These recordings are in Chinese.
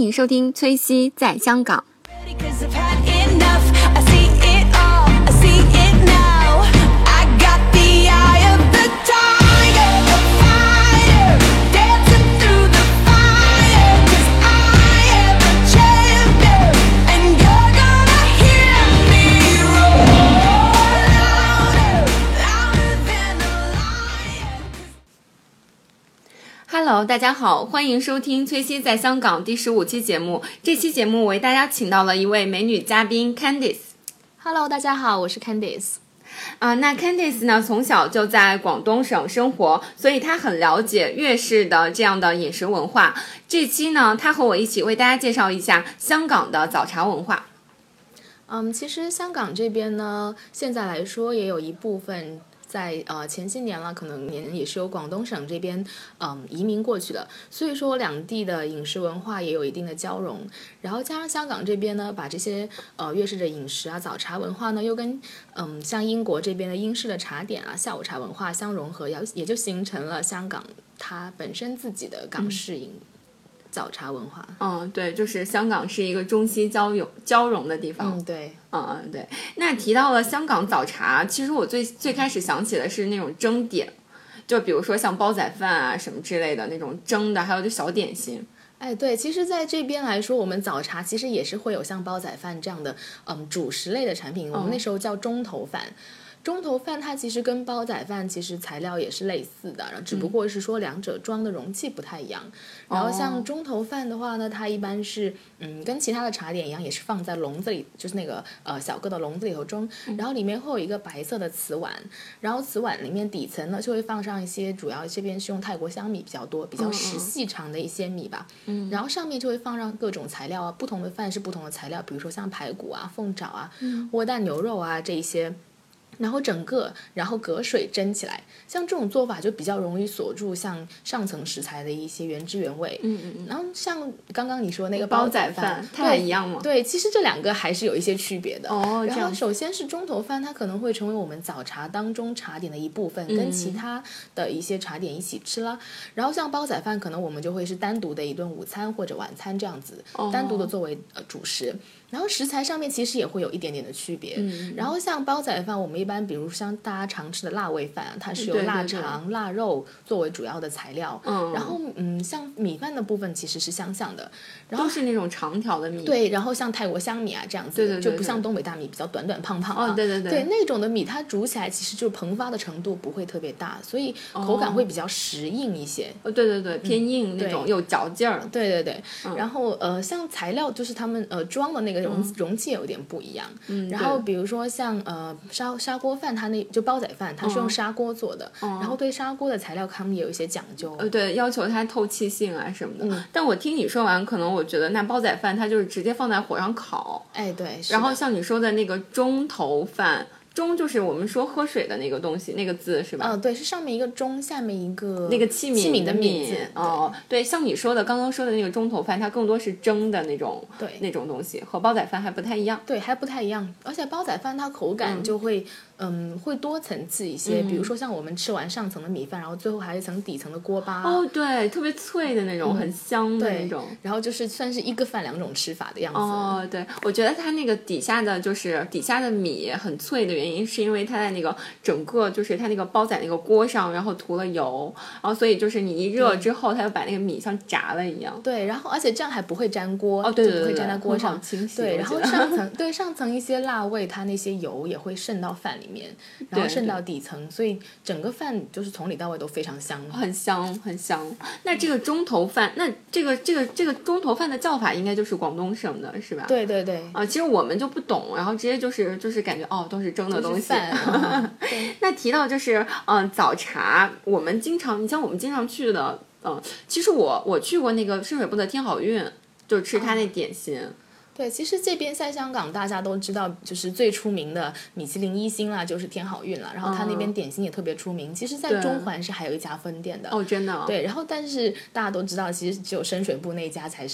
迎收听崔西在香港。Hello， 大家好，欢迎收听崔西在香港第15期节目。这期节目为大家请到了一位美女嘉宾 Candice。Hello， 大家好，我是 Candice。 那 Candice 呢，从小就在广东省生活，所以她很了解粤式的这样的饮食文化。这期呢，她和我一起为大家介绍一下香港的早茶文化。 其实香港这边呢，现在来说也有一部分在前些年了，可能也是由广东省这边移民过去的，所以说两地的饮食文化也有一定的交融。然后加上香港这边呢，把这些粤式的饮食啊、早茶文化呢，又跟像英国这边的英式的茶点啊、下午茶文化相融合，也就形成了香港它本身自己的港式早茶文化。 对，就是香港是一个中西交融的地方。 对。 对。那提到了香港早茶，其实我最开始想起的是那种蒸点，就比如说像煲仔饭啊什么之类的那种蒸的，还有就小点心。 对，其实在这边来说，我们早茶其实也是会有像煲仔饭这样的主食类的产品，我们那时候叫中头饭。中头饭它其实跟煲仔饭其实材料也是类似的，只不过是说两者装的容器不太一样。然后像中头饭的话呢，它一般是跟其他的茶点一样，也是放在笼子里，就是那个小个的笼子里头蒸，然后里面会有一个白色的瓷碗，然后瓷碗里面底层呢就会放上一些，主要这边是用泰国香米比较多，比较实细长的一些米吧。然后上面就会放上各种材料啊，不同的饭是不同的材料，比如说像排骨啊、凤爪啊、窝蛋牛肉啊这一些。然后隔水蒸起来，像这种做法就比较容易锁住像上层食材的一些原汁原味。然后像刚刚你说那个煲仔饭， 它俩一样吗？ 对，其实这两个还是有一些区别的。 然后首先是中头饭，它可能会成为我们早茶当中茶点的一部分，跟其他的一些茶点一起吃啦。然后像煲仔饭，可能我们就会是单独的一顿午餐或者晚餐这样子，单独的作为主食。然后食材上面其实也会有一点点的区别。然后像煲仔饭，我们一般比如像大家常吃的辣味饭啊，它是由腊肠、腊肉作为主要的材料。然后像米饭的部分其实是相像的，然后都是那种长条的米。 对，然后像泰国香米啊这样子， 对， 就不像东北大米比较短短胖胖。 对， 那种的米它煮起来其实就膨发的程度不会特别大，所以口感会比较实硬一些。 对，偏硬那种，有嚼劲儿。 对。然后像材料就是他们装的那个容器有点不一样。然后比如说像砂锅饭，它就煲仔饭，它是用砂锅做的。然后对砂锅的材料他们也有一些讲究。 对，要求它透气性啊什么的。但我听你说完，可能我觉得那煲仔饭它就是直接放在火上烤。 对。 然后像你说的那个中头饭。盅就是我们说喝水的那个东西，那个字是吧？ 对，是上面一个盅，下面一个那个器皿的皿字。 对，像你说的刚刚说的那个中头饭，它更多是蒸的那种， 对， 那种东西和煲仔饭还不太一样。 对，还不太一样，而且煲仔饭它口感就会会多层次一些。比如说像我们吃完上层的米饭，然后最后还有一层底层的锅巴。 对，特别脆的那种，很香的那种。 然后就是算是一个饭两种吃法的样子。 对，我觉得它那个底下的米很脆的原因，是因为它在那个整个就是它那个煲仔那个锅上，然后涂了油，然后所以就是你一热之后，它就把那个米像炸了一样。 对，然后而且这样还不会粘锅。 对， 就不会粘在锅上。 清晰。 对，然后上层一些辣味，它那些油也会渗到饭里面，然后渗到底层，所以整个饭就是从里到外都非常香， 很香很香。那这个中头饭，那这个中头饭的叫法应该就是广东省的是吧？ 对。 其实我们就不懂，然后直接就是感觉都是蒸的东西。那提到就是早茶，你像我们经常去的其实我去过那个深水埗的天好运，就吃它那点心。 对，其实这边在香港大家都知道，就是最出名的米其林1星啦，就是天好运啦。然后它那边点心也特别出名。其实，在中环是还有一家分店的。 真的。 对，然后但是大家都知道，其实只有深水埗那一家才是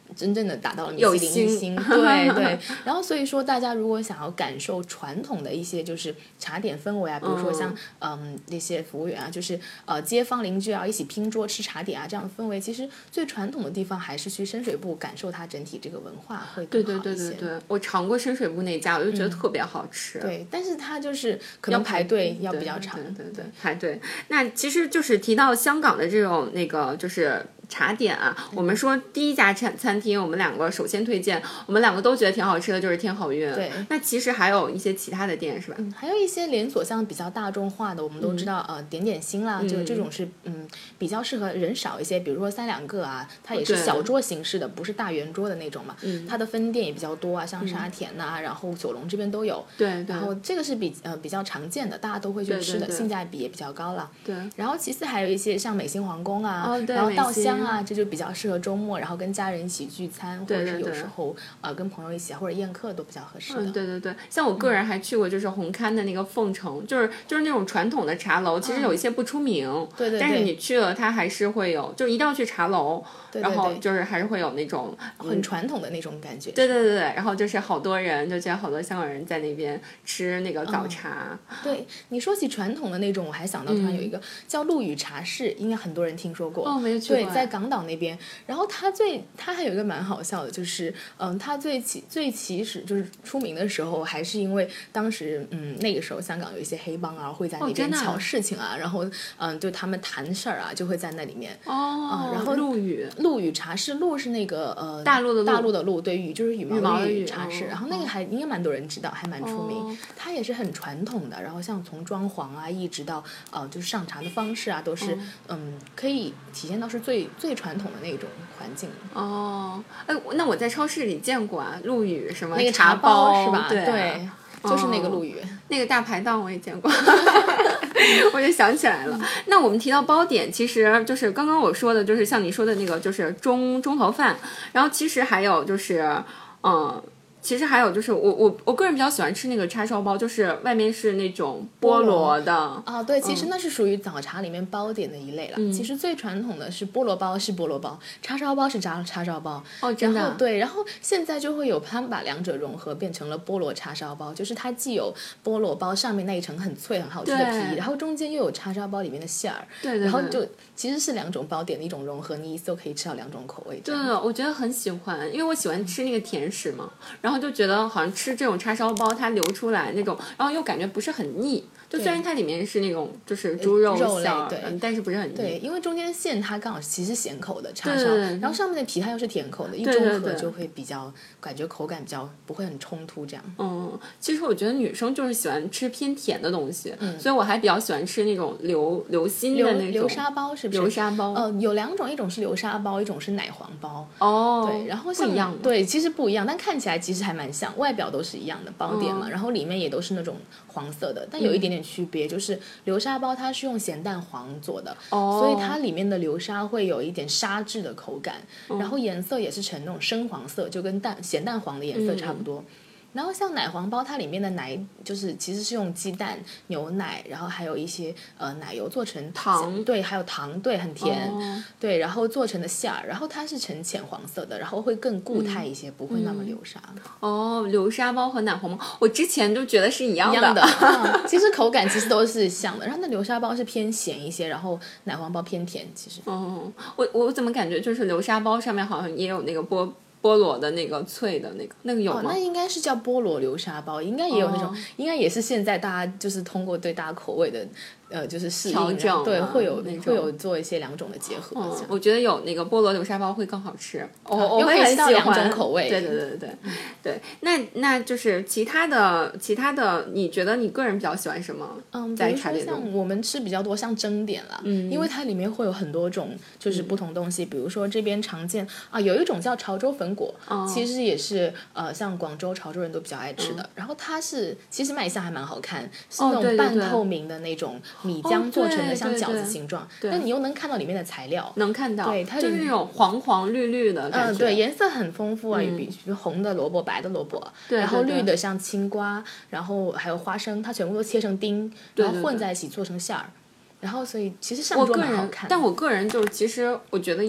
真正的达到了米其林一星，对对。然后所以说，大家如果想要感受传统的一些就是茶点氛围啊，比如说像那些服务员啊，就是街坊邻居啊一起拼桌吃茶点啊这样的氛围，其实最传统的地方还是去深水埗感受它整体这个文化会更好一些。 对，我尝过深水埗那家，我就觉得特别好吃。 对，但是它就是可能排队要比较长， 对，排队。那其实就是提到香港的这种那个就是茶点啊，我们说第一家餐厅，我们两个首先推荐，我们两个都觉得挺好吃的，就是天好运。 对， 那其实还有一些其他的店是吧？ 还有一些连锁，像比较大众化的，我们都知道，点点心啦，这种是比较适合人少一些，比如说3、2个啊，它也是小桌形式的，不是大圆桌的那种嘛。它的分店也比较多啊，像沙田呐，然后九龙这边都有。 对。 然后这个是比较常见的，大家都会去吃的，性价比也比较高了。 对。 然后其次还有一些像美心皇宫啊，然后稻香啊，这就比较适合周末，然后跟家人一起聚餐，或者是有时候跟朋友一起或者宴客都比较合适的。 对，像我个人还去过就是红磡的那个凤城，就是那种传统的茶楼，其实有一些不出名， 对， 但是你去了它还是会有，就一定要去茶楼，然后就是还是会有那种很传统的那种感觉。 对，然后就是好多人就觉得好多香港人在那边吃那个早茶。 对，你说起传统的那种，我还想到突然有一个叫陆羽茶室，应该很多人听说过。 没有去过。 对，在港岛那边。然后它还有一个蛮好笑的，就是它最起始就是出名的时候，还是因为当时那个时候香港有一些黑帮啊会在那边巧事情啊，然后就他们谈事儿啊就会在那里面。然后陆羽茶室，陆是那个大陆的陆，对，羽就是羽毛的羽茶室。然后那个还应该蛮多人知道，还蛮出名。它也是很传统的，然后像从装潢啊一直到就是上茶的方式啊，都是可以体现到是最传统的那种环境。 那我在超市里见过啊，陆羽什么那个茶包是吧？ 对， 就是那个陆羽。 那个大排档我也见过。我就想起来了。那我们提到包点，其实就是刚刚我说的，就是像你说的那个，就是中头饭。然后其实还有就是其实还有就是我个人比较喜欢吃那个叉烧包，就是外面是那种菠萝的。 对，其实那是属于早茶里面包点的一类了。其实最传统的是菠萝包是菠萝包，叉烧包是叉烧包。 真的。 对，然后现在就会有他们把两者融合，变成了菠萝叉烧包，就是它既有菠萝包上面那一层很脆很好吃的皮，然后中间又有叉烧包里面的馅儿。 对， 然后就其实是2种包点的一种融合，你一次都可以吃到2种口味。 对，我觉得很喜欢，因为我喜欢吃那个甜食嘛，然后就觉得好像吃这种叉烧包，它流出来那种，然后又感觉不是很腻。就虽然它里面是那种就是猪肉馅儿，但是不是很腻。 对，因为中间馅它刚好其实咸口的叉烧，然后上面的皮它又是甜口的，一中和就会比较感觉口感比较不会很冲突这样。 其实我觉得女生就是喜欢吃偏甜的东西，所以我还比较喜欢吃那种流心的那种流沙包，是不是？ 流沙包。 有2种，一种是流沙包，一种是奶黄包。对，然后不一样。 对，其实不一样，但看起来其实还蛮像，外表都是一样的包点嘛，然后里面也都是那种黄色的，但有一点点区别，就是流沙包它是用咸蛋黄做的，所以它里面的流沙会有一点沙质的口感，然后颜色也是呈那种深黄色，就跟咸蛋黄的颜色差不多。然后像奶黄包，它里面的奶就是其实是用鸡蛋、牛奶，然后还有一些奶油做成糖， 对，还有糖，对，很甜，对，然后做成的馅儿，然后它是呈浅黄色的，然后会更固态一些，不会那么流沙。 流沙包和奶黄包，我之前就觉得是一样的。 其实口感其实都是像的，然后那流沙包是偏咸一些，然后奶黄包偏甜，其实。 我怎么感觉就是流沙包上面好像也有那个菠萝的那个脆的那个有吗？ 那应该是叫菠萝流沙包，应该也有那种，应该也是现在大家就是通过对大家口味的就是适应， 调整， 对，会有做一些2种的结合。 我觉得有那个菠萝流沙包会更好吃，我会很喜欢 2种口味。 对。那就是其他的，你觉得你个人比较喜欢什么？在茶点中， 像我们吃比较多像蒸点啦，因为它里面会有很多种就是不同东西，比如说这边常见有一种叫潮州粉果，其实也是像广州、潮州人都比较爱吃的。然后它是其实卖相还蛮好看，是那种半透明的那种米浆做成的，像饺子形状。但你又能看到里面的材料， 能看到， 对，它就是那种黄绿绿的感觉。 对，颜色很丰富啊，比如红的萝卜、白的萝卜，然后绿的像青瓜，然后还有花生，它全部都切成丁，然后混在一起做成馅儿。然后所以其实上桌蛮好看。 但我个人就是其实我觉得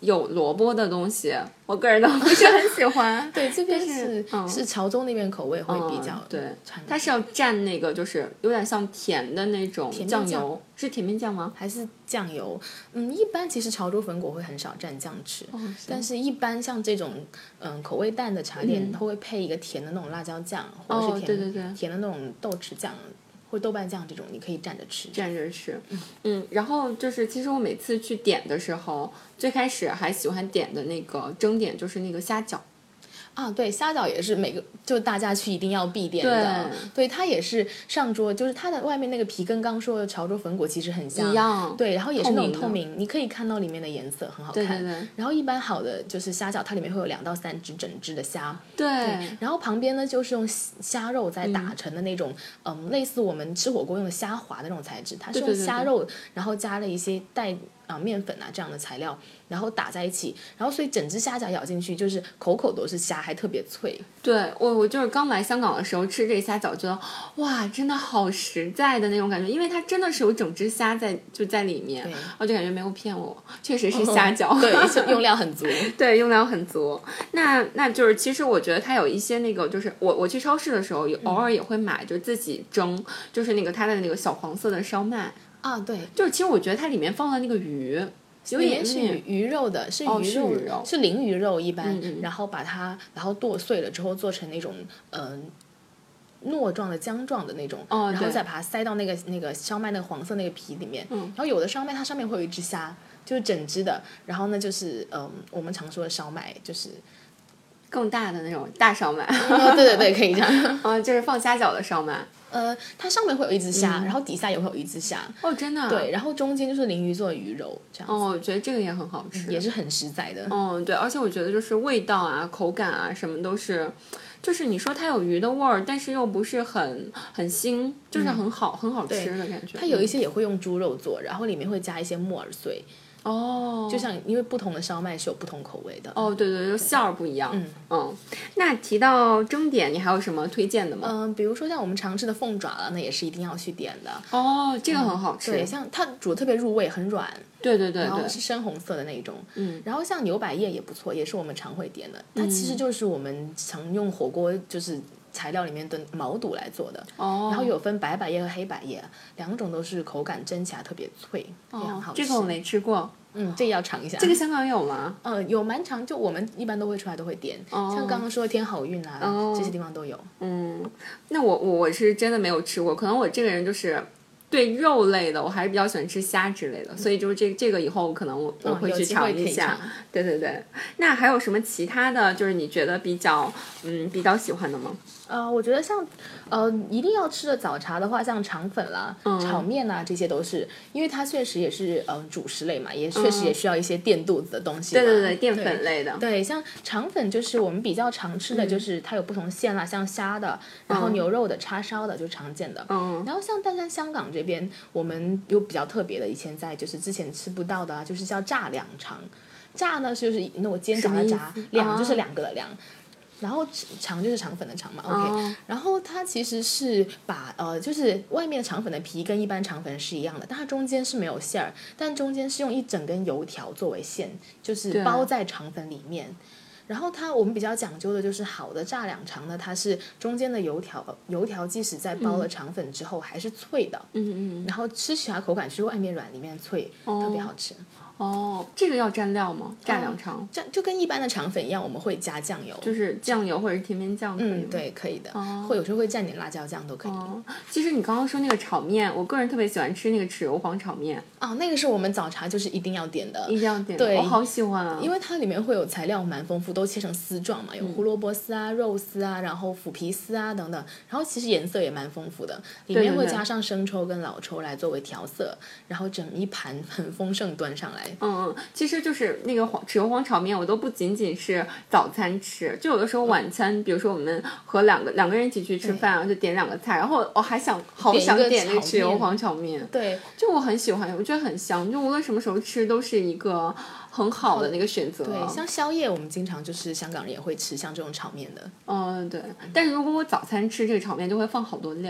有萝卜的东西，我个人都不是很喜欢。 对，这边是潮州那边口味会比较对，它是要蘸那个就是有点像甜的那种酱油，是甜面酱吗？ 还是酱油？一般其实潮州粉果会很少蘸酱吃，但是一般像这种口味淡的茶点，它会配一个甜的那种辣椒酱，或者是甜的那种豆豉酱。或豆瓣酱这种，你可以蘸着吃。 然后就是其实我每次去点的时候，最开始还喜欢点的那个蒸点就是那个虾饺。 啊，对，虾饺也是就大家去一定要必点的。对，它也是上桌，就是它的外面那个皮跟刚说的潮州粉果其实很像， 一样。 对，然后也是那种透明，你可以看到里面的颜色很好看。 对。 然后一般好的就是虾饺，它里面会有2到3只整只的虾。 对。 然后旁边呢就是用虾肉再打成的那种，类似我们吃火锅用的虾滑的那种材质，它是用虾肉，然后加了一些带面粉啊这样的材料，然后打在一起，然后所以整只虾饺咬进去就是口口都是虾，还特别脆。 对，我就是刚来香港的时候吃这个虾饺，觉得哇，真的好实在的那种感觉，因为它真的是有整只虾在里面，我就感觉没有骗我，确实是虾饺。 对，用料很足。 对，用料很足。那就是其实我觉得它有一些那个，就是我去超市的时候，偶尔也会买，就自己蒸，就是那个它的那个小黄色的烧麦。 啊，对， 就是其实我觉得它里面放了那个鱼， 里面是鱼肉的，是鱼肉，是鲮鱼肉一般，然后然后剁碎了之后做成那种糯状的浆状的那种，然后再把它塞到那个烧麦那个黄色那个皮里面，然后有的烧麦它上面会有一只虾，就是整只的，然后呢就是我们常说的烧麦就是更大的那种大烧麦。 对，可以这样。 就是放虾饺的烧麦。 它上面会有一只虾，然后底下也会有一只虾。 哦，真的。 对，然后中间就是鲮鱼做的鱼肉，这样子。 我觉得这个也很好吃， 也是很实在的。 对，而且我觉得就是味道啊、口感啊什么都是，就是你说它有鱼的味儿，但是又不是很腥，就是很好吃的感觉。 它有一些也会用猪肉做，然后里面会加一些木耳碎。就像因为不同的烧麦是有不同口味的。 对，就馅儿不一样。那提到蒸点，你还有什么推荐的吗？ 比如说像我们常吃的凤爪了，那也是一定要去点的。 这个很好吃。 对，像它煮的特别入味，很软。 对， 然后是深红色的那种。然后像牛百叶也不错，也是我们常会点的。它其实就是我们常用火锅就是材料里面的毛肚来做的。然后有分白百叶和黑百叶，2种都是口感蒸起来特别脆，非常好吃。 这个我没吃过。 这个要尝一下。 这个香港有吗？ 有蛮常，就我们一般都会出来都会点，像刚刚说的天好运啊，这些地方都有。 那我是真的没有吃过，可能我这个人就是对肉类的我还是比较喜欢吃虾之类的，所以就是这个以后可能我会去尝一下。对。那还有什么其他的就是你觉得比较喜欢的吗？ 我觉得像一定要吃的早茶的话，像肠粉啦、炒面啊，这些都是，因为它确实也是主食类嘛，也确实也需要一些垫肚子的东西。 对，淀粉类的。 对，像肠粉就是我们比较常吃的，就是它有不同馅啦，像虾的，然后牛肉的、叉烧的，就是常见的。然后像但香港这边，我们有比较特别的，以前在就是之前吃不到的啊，就是叫炸两肠。炸呢就是那种煎炸的炸，两就是2个的两。然后肠就是肠粉的肠嘛 ，OK，然后它其实是把就是外面的肠粉的皮跟一般肠粉是一样的，但它中间是没有馅儿，但中间是用一整根油条作为馅，就是包在肠粉里面。然后我们比较讲究的就是好的炸两肠呢，它是中间的油条即使在包了肠粉之后还是脆的，然后吃起来口感是外面软里面脆，特别好吃。 这个要蘸料吗？炸两肠就跟一般的肠粉一样，我们会加酱油， 就是酱油或者是甜面酱可以吗？ 对，可以的。会有时候会蘸点辣椒酱都可以。 其实你刚刚说那个炒面，我个人特别喜欢吃那个豉油黄炒面。 那个是我们早茶就是一定要点的， 一定要点。 对， 我好喜欢啊， 因为它里面会有材料蛮丰富，都切成丝状嘛，有胡萝卜丝啊、肉丝啊，然后腐皮丝啊等等，然后其实颜色也蛮丰富的，里面会加上生抽跟老抽来作为调色，然后整一盘很丰盛端上来。 其实就是那个豉油黄炒面，我都不仅仅是早餐吃，就有的时候晚餐，比如说我们和两个人一起去吃饭，就点2个菜，然后我好想点那个豉油黄炒面。 对， 就我很喜欢，我觉得很香，就无论什么时候吃都是一个很好的那个选择。 对，像宵夜我们经常就是香港人也会吃像这种炒面的。 对。但是如果我早餐吃这个炒面，就会放好多料。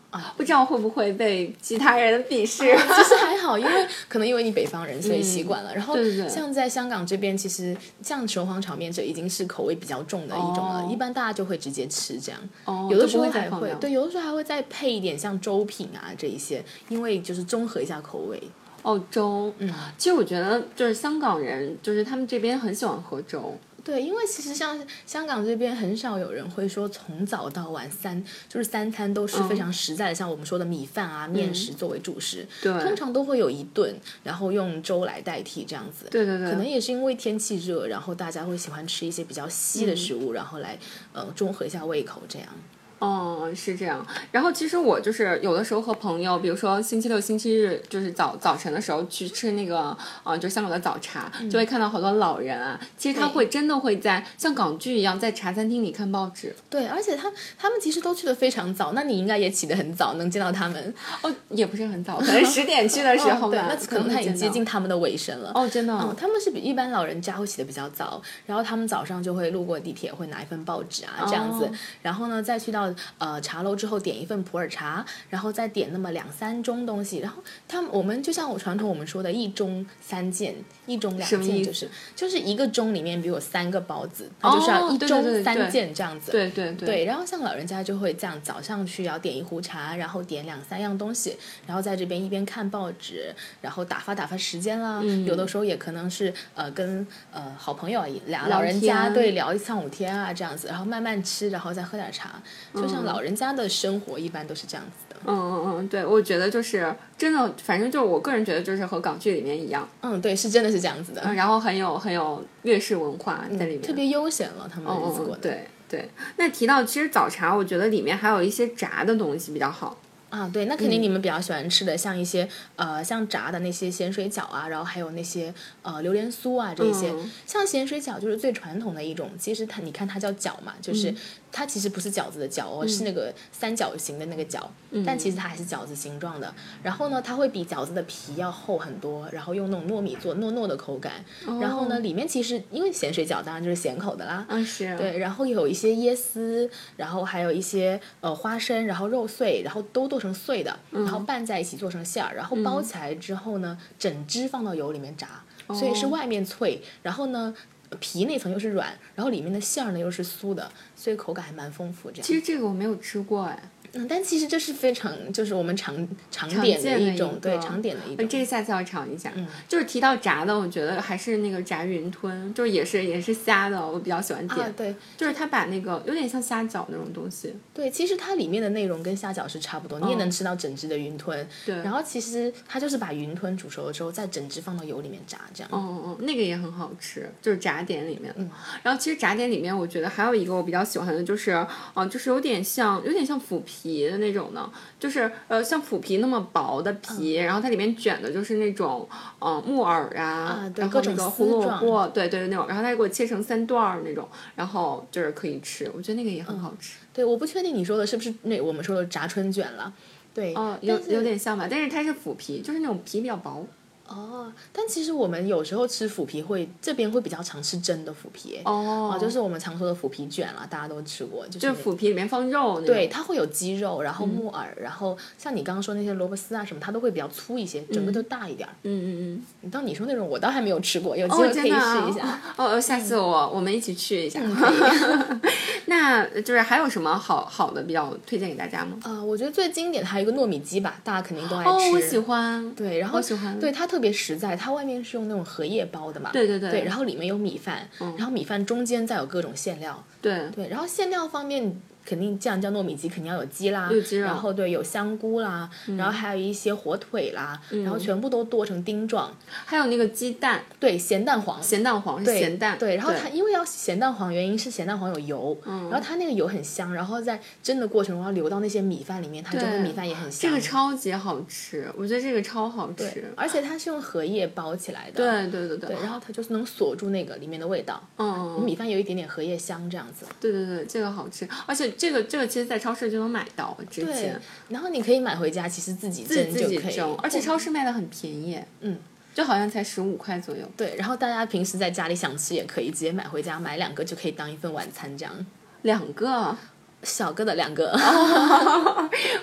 不知道会不会被其他人鄙视。 其实还好，因为你北方人，所以习惯了。然后对对对， 像在香港这边，其实像雄黄炒面这已经是口味比较重的一种了，一般大家就会直接吃这样。有的时候还会对，有的时候还会再配一点像粥品啊这一些，因为就是中和一下口味。 粥，其实我觉得就是香港人，就是他们这边很喜欢喝粥。 对，因为其实像香港这边很少有人会说从早到晚就是三餐都是非常实在的，像我们说的米饭啊、面食作为主食， 对， 通常都会有一顿，然后用粥来代替这样子。 对对对， 可能也是因为天气热，然后大家会喜欢吃一些比较稀的食物，然后来中和一下胃口这样。 是这样。然后其实我就是有的时候和朋友，比如说星期六、星期日，就是早晨的时候去吃那个就香港的早茶，就会看到好多老人啊。其实他会真的会在像港剧一样在茶餐厅里看报纸。 对，而且他们其实都去的非常早，那你应该也起得很早，能见到他们。 也不是很早，可能10点去的时候吧。 对，那可能他已经接近他们的尾声了。 真的。 他们是比一般老人家会起得比较早，然后他们早上就会路过地铁，会拿一份报纸啊这样子，然后呢再去到茶楼之后点一份普洱茶，然后再点那么2、3盅东西，然后我们就像传统我们说的1盅3件，1盅2件，就是一个盅里面比如有3个包子，那就是要1盅3件这样子。 对对对。 对，然后像老人家就会这样，早上去要点一壶茶，然后点2、3样东西，然后在这边一边看报纸，然后打发时间啦。有的时候也可能是跟好朋友老人家聊一上午天啊这样子，然后慢慢吃，然后再喝点茶，就像老人家的生活一般都是这样子的。 对，我觉得就是真的，反正就是我个人觉得就是和港剧里面一样。 对，是真的是这样子的。 然后很有粤式文化在里面， 特别悠闲了，他们的日子过得。对，那提到其实早茶，我觉得里面还有一些炸的东西比较好。 对，那肯定你们比较喜欢吃的，像一些像炸的那些咸水饺啊，然后还有那些榴莲酥啊这些。像咸水饺就是最传统的一种，其实你看它叫饺嘛，就是它其实不是饺子的饺是那个3角形的那个饺，但其实它还是饺子形状的。然后呢，它会比饺子的皮要厚很多，然后用那种糯米做糯糯的口感。然后呢，里面其实因为咸水饺当然就是咸口的啦， 是。 对，然后有一些椰丝，然后还有一些花生，然后肉碎，然后都剁成碎的，然后拌在一起做成馅儿，然后包起来之后呢，整只放到油里面炸，所以是外面脆，然后呢皮那层又是软，然后里面的馅儿呢又是酥的，所以口感还蛮丰富。这样。 其实这个我没有吃过但其实这是非常就是我们常点的一种，对，常点的一种。 这个下次要尝一下。就是提到炸的，我觉得还是那个炸云吞，就是也是虾的，我比较喜欢点。 对， 就是它把那个有点像虾饺那种东西。 对，其实它里面的内容跟虾饺是差不多，你也能吃到整只的云吞。 对。 然后其实它就是把云吞煮熟了之后，再整只放到油里面炸，这样。 那个也很好吃，就是炸点里面。然后其实炸点里面，我觉得还有一个我比较喜欢的就是，就是有点像腐皮的那种的。就是像腐皮那么薄的皮，然后它里面卷的就是那种木耳啊，然后那个胡萝卜，对那种，然后它给我切成3段那种，然后就是可以吃，我觉得那个也很好吃。 对，我不确定你说的是不是我们说的炸春卷了，对， 有点像吧，但是它是腐皮，就是那种皮比较薄。 但其实我们有时候吃腐皮这边会比较常吃蒸的腐皮，就是我们常说的腐皮卷啦，大家都吃过，就是腐皮里面放肉， 对，它会有鸡肉，然后木耳，然后像你刚刚说那些萝卜丝啊什么，它都会比较粗一些，整个都大一点。当你说那种我倒还没有吃过，有机会可以试一下。 下次我们一起去一下。那就是还有什么好的比较推荐给大家吗？ 我觉得最经典的还有一个糯米鸡吧，大家肯定都爱吃。 我喜欢。 对，然后我喜欢。 对，它特别实在，它外面是用那种荷叶包的嘛。 对。 对，然后里面有米饭，然后米饭中间再有各种馅料。 对， 然后馅料方面。肯定这样叫糯米鸡，肯定要有鸡啦， 有鸡肉， 然后有香菇啦，然后还有一些火腿啦，然后全部都剁成丁状， 还有那个鸡蛋， 对，咸蛋黄是咸蛋， 对，然后它因为要咸蛋黄，原因是咸蛋黄有油，然后它那个油很香，然后在蒸的过程中要流到那些米饭里面，它整个米饭也很香， 这个超级好吃，我觉得这个超好吃， 而且它是用荷叶包起来的， 对， 然后它就是能锁住那个里面的味道，米饭有一点点荷叶香这样子， 对，这个好吃，而且这个其实在超市就能买到，之前， 然后你可以买回家，其实自己蒸就可以， 而且超市卖的很便宜，就好像才15块左右。 对，然后大家平时在家里想吃也可以直接买回家，买2个就可以当一份晚餐这样。 2个？ 小个的2个。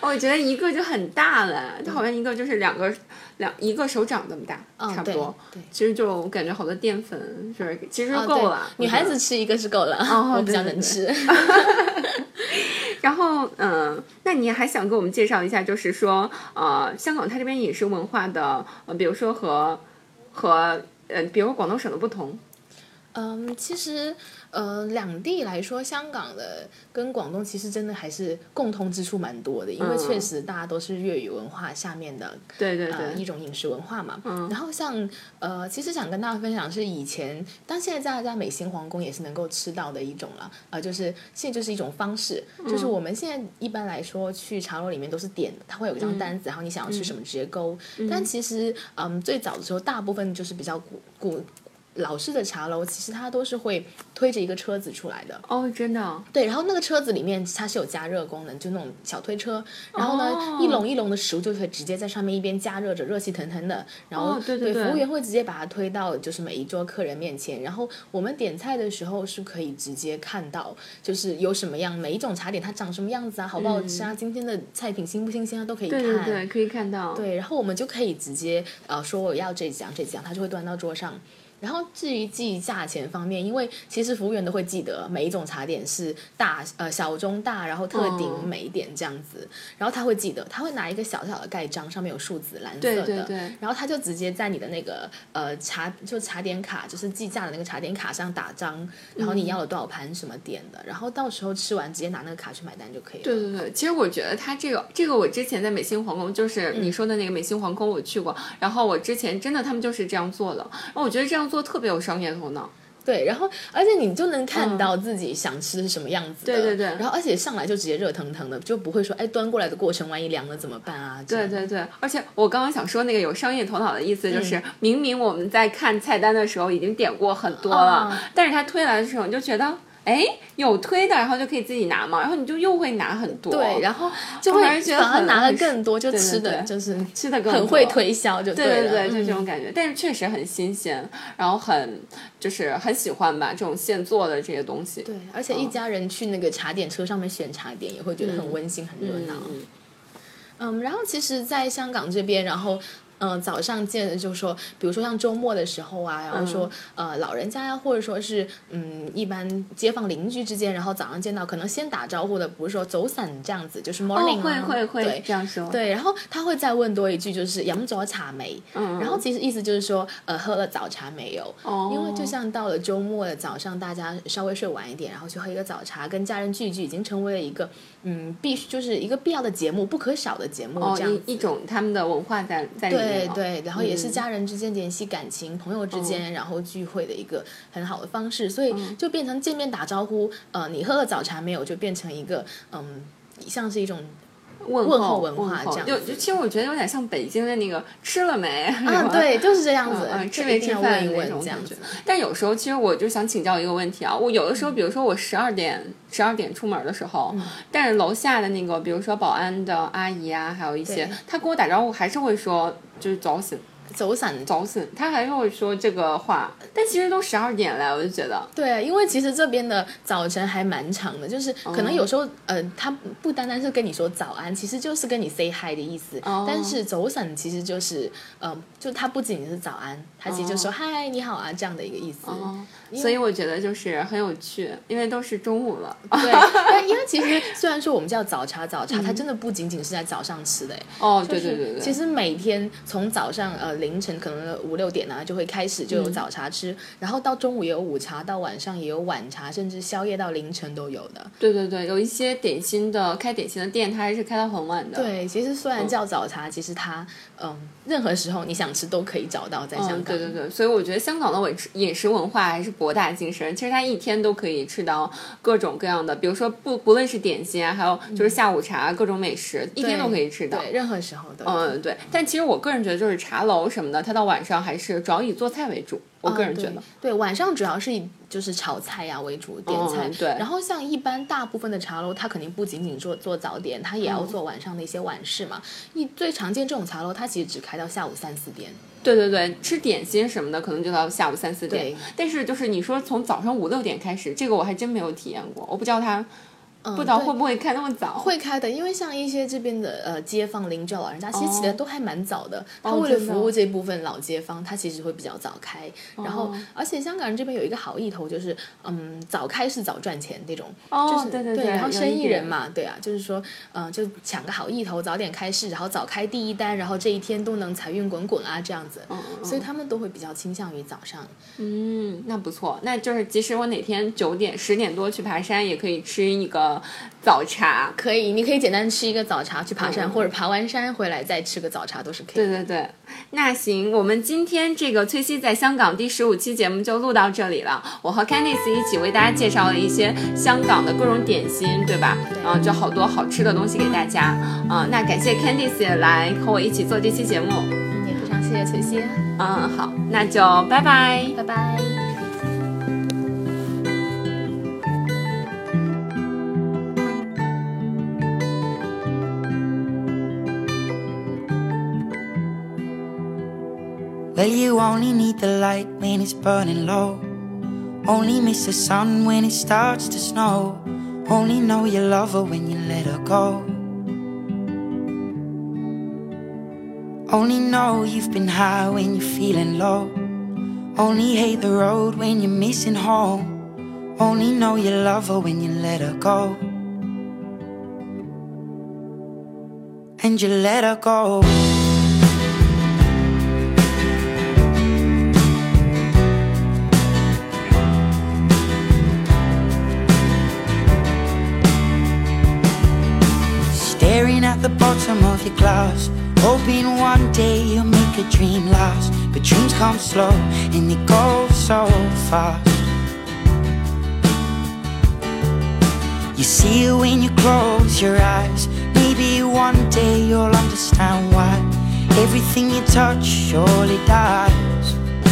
我觉得一个就很大了，它好像一个就是一个手掌这么大，差不多。 对， 其实就感觉好多淀粉，就是其实够了。 女孩子吃一个是够了，我比较能吃。 然后，那你还想给我们介绍一下，就是说，香港它这边饮食文化的，比如说比如广东省的不同。 其实两地来说，香港的跟广东其实真的还是共通之处蛮多的，因为确实大家都是粤语文化下面的， 对， 一种饮食文化嘛。然后像其实想跟大家分享是以前，但现在在美心皇宫也是能够吃到的一种了，就是现在就是一种方式，就是我们现在一般来说去茶楼里面都是点，它会有一张单子，然后你想要吃什么直接勾。但其实最早的时候，大部分就是比较老式的茶楼，其实它都是会推着一个车子出来的。 哦，真的？ 对，然后那个车子里面它是有加热功能，就那种小推车，然后呢，一笼一笼的食物就可以直接在上面一边加热着，热气腾腾的，然后对， 服务员会直接把它推到就是每一桌客人面前，然后我们点菜的时候是可以直接看到，就是有什么样每一种茶点它长什么样子啊，好不好吃啊，今天的菜品新不新鲜啊，都可以看。 对，可以看到。 对，然后我们就可以直接说我要这几样，它就会端到桌上。然后至于记价钱方面，因为其实服务员都会记得每一种茶点是小中大，然后特顶美点这样子，然后他会记得，他会拿一个小小的盖章，上面有数字，蓝色的， 对， 然后他就直接在你的那个茶点卡，就是记价的那个茶点卡上打章，然后你要了多少盘什么点的，然后到时候吃完直接拿那个卡去买单就可以了。 对，其实我觉得他这个我之前在美心皇宫，就是你说的那个美心皇宫我去过，然后我之前真的他们就是这样做的，然后我觉得这样做特别有商业头脑。 对，然后而且你就能看到自己想吃的是什么样子的， 对， 然后而且上来就直接热腾腾的，就不会说端过来的过程万一凉了怎么办啊？ 对，而且我刚刚想说那个有商业头脑的意思就是，明明我们在看菜单的时候已经点过很多了，但是他推来的时候你就觉得有推的，然后就可以自己拿嘛，然后你就又会拿很多， 对，然后就会反而拿的更多，就吃的就是吃的更很会推销，就对，就这种感觉。但是确实很新鲜，然后就是很喜欢吧这种现做的这些东西。 对，而且一家人去那个茶点车上面选茶点，也会觉得很温馨、很热闹。然后其实，在香港这边，然后。早上见的就是说，比如说像周末的时候啊，然后说老人家呀，或者说是一般街坊邻居之间，然后早上见到可能先打招呼的，不是说走散这样子，就是 morning 会对这样说。 对，然后他会再问多一句，就是饮咗茶没？然后其实意思就是说喝了早茶没有？因为就像到了周末的早上，大家稍微睡晚一点，然后去喝一个早茶，跟家人聚一聚，已经成为了一个必须就是一个必要的节目，不可少的节目，这样一种他们的文化在里面。 对，然后也是家人之间联系感情，朋友之间然后聚会的一个很好的方式，所以就变成见面打招呼，你喝了早茶没有，就变成一个像是一种问候文化这样子。 就其实我觉得有点像北京的那个吃了没对，就是这样子， 吃没吃饭问那种这样子。 但有时候其实我就想请教一个问题啊，我有的时候比如说我12点出门的时候，但是楼下的那个比如说保安的阿姨啊，还有一些他跟我打招呼还是会说就是早晨，他还是会说这个话，但其实都12点了，我就觉得。 对，因为其实这边的早晨还蛮长的，就是可能有时候他不单单是跟你说早安，其实就是跟你 say hi 的意思。但是早晨其实就是就他不仅是早安，他其实就说嗨你好啊这样的一个意思。 所以我觉得就是很有趣，因为都是中午了。 对，但因为其实虽然说我们叫早茶，它真的不仅仅是在早上吃的。 对。 其实每天从早上凌晨可能5、6点啊就会开始就有早茶吃，然后到中午也有午茶，到晚上也有晚茶，甚至宵夜到凌晨都有的。 对，有一些开点心的店，它还是开到很晚的。 对，其实虽然叫早茶，其实它任何时候你想吃都可以找到在香港。 对，所以我觉得香港的饮食文化还是博大精深。其实它一天都可以吃到各种各样的，比如说不论是点心啊，还有就是下午茶各种美食，一天都可以吃到。 对，任何时候都。 对。但其实我个人觉得，就是茶楼什么的，它到晚上还是主要以做菜为主。我个人觉得， 对，晚上主要是以就是炒菜呀为主，点菜。 对。 然后像一般大部分的茶楼，它肯定不仅仅做早点，它也要做晚上的一些晚市嘛。最常见这种茶楼，它其实只开到下午3、4点。 对，吃点心什么的可能就到下午3、4点。 对。 但是就是你说从早上5、6点开始，这个我还真没有体验过，我不知道它不知道会不会开那么早？ 会开的，因为像一些这边的街坊邻居老人家，其实起的都还蛮早的。他为了服务这部分老街坊，他其实会比较早开。然后，而且香港人这边有一个好意头，就是早开是早赚钱那种。就是对。 然后生意人嘛，对啊，就是说就抢个好意头，早点开市，然后早开第一单，然后这一天都能财运滚滚啊这样子。所以他们都会比较倾向于早上。 那不错。那就是即使我哪天9点10点多去爬山，也可以吃一个早茶。 可以，你可以简单吃一个早茶去爬山，或者爬完山回来再吃个早茶都是可以的。对。那行，我们今天这个崔西在香港第15期节目就录到这里了。我和 Candice 一起为大家介绍了一些香港的各种点心，对吧？就好多好吃的东西给大家。那感谢 Candice 来和我一起做这期节目。 也非常谢谢崔西。 好，那就拜拜。 拜拜。 Well, you only need the light when it's burning low. Only miss the sun when it starts to snow. Only know you love her when you let her go. Only know you've been high when you're feeling low. Only hate the road when you're missing home. Only know you love her when you let her go. And you let her go. Staring at the bottom of your glass, hoping one day you'll make a dream last. But dreams come slow and they go so fast. You see it when you close your eyes. Maybe one day you'll understand why everything you touch surely dies.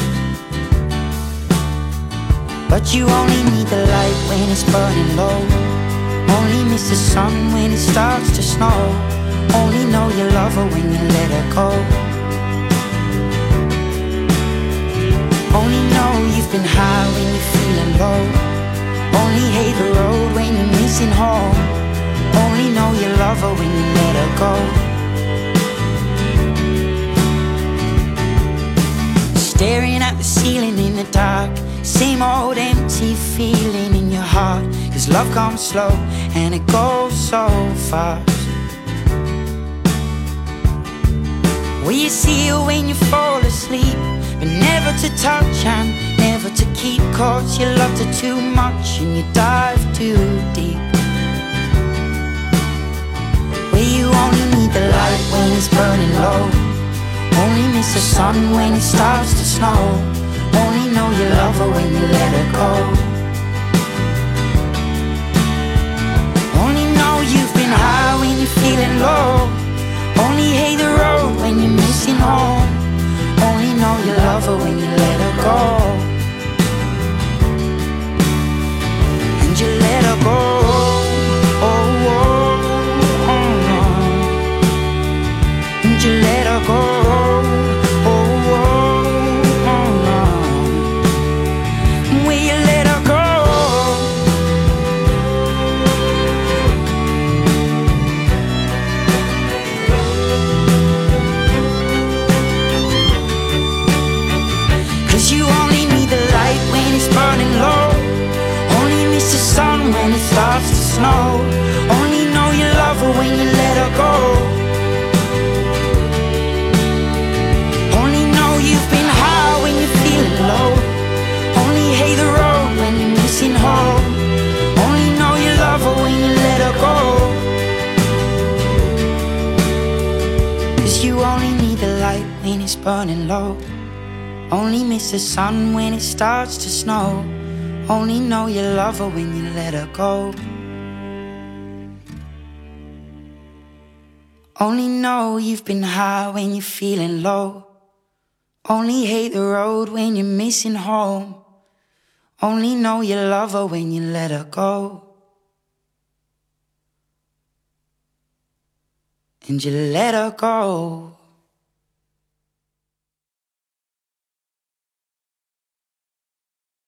But you only need the light when it's burning low. Only miss the sun when it starts to snow. Only know you love her when you let her go. Only know you've been high when you're feeling low. Only hate the road when you're missing home. Only know you love her when you let her go. Staring at the ceiling in the dark, same old empty feeling in your heart. 'Cause love comes slow and it goes so fast. Well, you see it when you fall asleep, but never to touch and never to keep. 'Cause you loved her too much and you dive too deep. Well, you only need the light when it's burning low. Only miss the sun when it starts to snow. Only know you love her when you let her go. Only know you've been high when you're feeling low. Only hate the road when you're missing home. Only know you love her when you let her go. And you let her go. Oh, oh, oh, oh. And you let her go. When it starts to snow, only know you love her when you let her go. Only know you've been high when you're feeling low. Only hate the road when you're missing home. Only know you love her when you let her go. 'Cause you only need the light when it's burning low. Only miss the sun when it starts to snow. Only know you love her when you let her go. Only know you've been high when you're feeling low. Only hate the road when you're missing home. Only know you love her when you let her go. And you let her go.